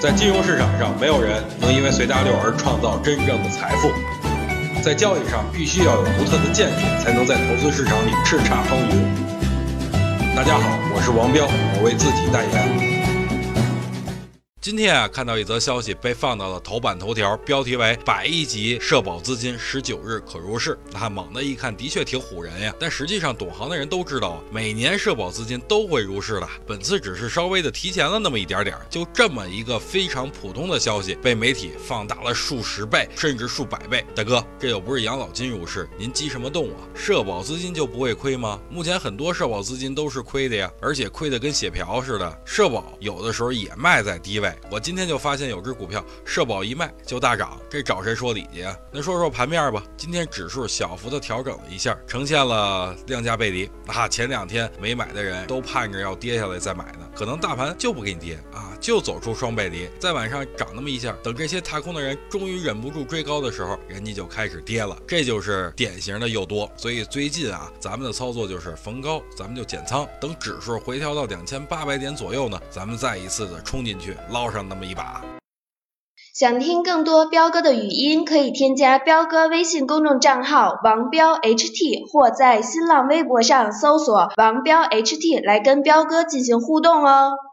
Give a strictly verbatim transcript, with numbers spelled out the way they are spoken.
在金融市场上，没有人能因为随大流而创造真正的财富。在交易上，必须要有独特的见解，才能在投资市场里叱咤风云。大家好，我是王彪，我为自己代言。今天啊，看到一则消息被放到了头版头条，标题为百亿级社保资金十九日可入市。那猛的一看，的确挺唬人呀。但实际上，懂行的人都知道，每年社保资金都会入市的。本次只是稍微的提前了那么一点点，就这么一个非常普通的消息，被媒体放大了数十倍，甚至数百倍。大哥，这又不是养老金入市，您激什么动啊？社保资金就不会亏吗？目前很多社保资金都是亏的呀，而且亏的跟血瓢似的。社保有的时候也卖在低位。我今天就发现有只股票社保一卖就大涨，这找谁说理去啊？那说说盘面吧，今天指数小幅的调整了一下，呈现了量价背离啊。前两天没买的人都盼着要跌下来再买呢，可能大盘就不给你跌啊，就走出双背离，在晚上涨那么一下，等这些踏空的人终于忍不住追高的时候，人家就开始跌了，这就是典型的诱多。所以最近啊，咱们的操作就是逢高咱们就减仓，等指数回调到两千八百点左右呢，咱们再一次的冲进去捞上那么一把。 想听更多彪哥的语音，可以添加彪哥微信公众账号王彪 H T， 或在新浪微博上搜索王彪 H T 来跟彪哥进行互动哦。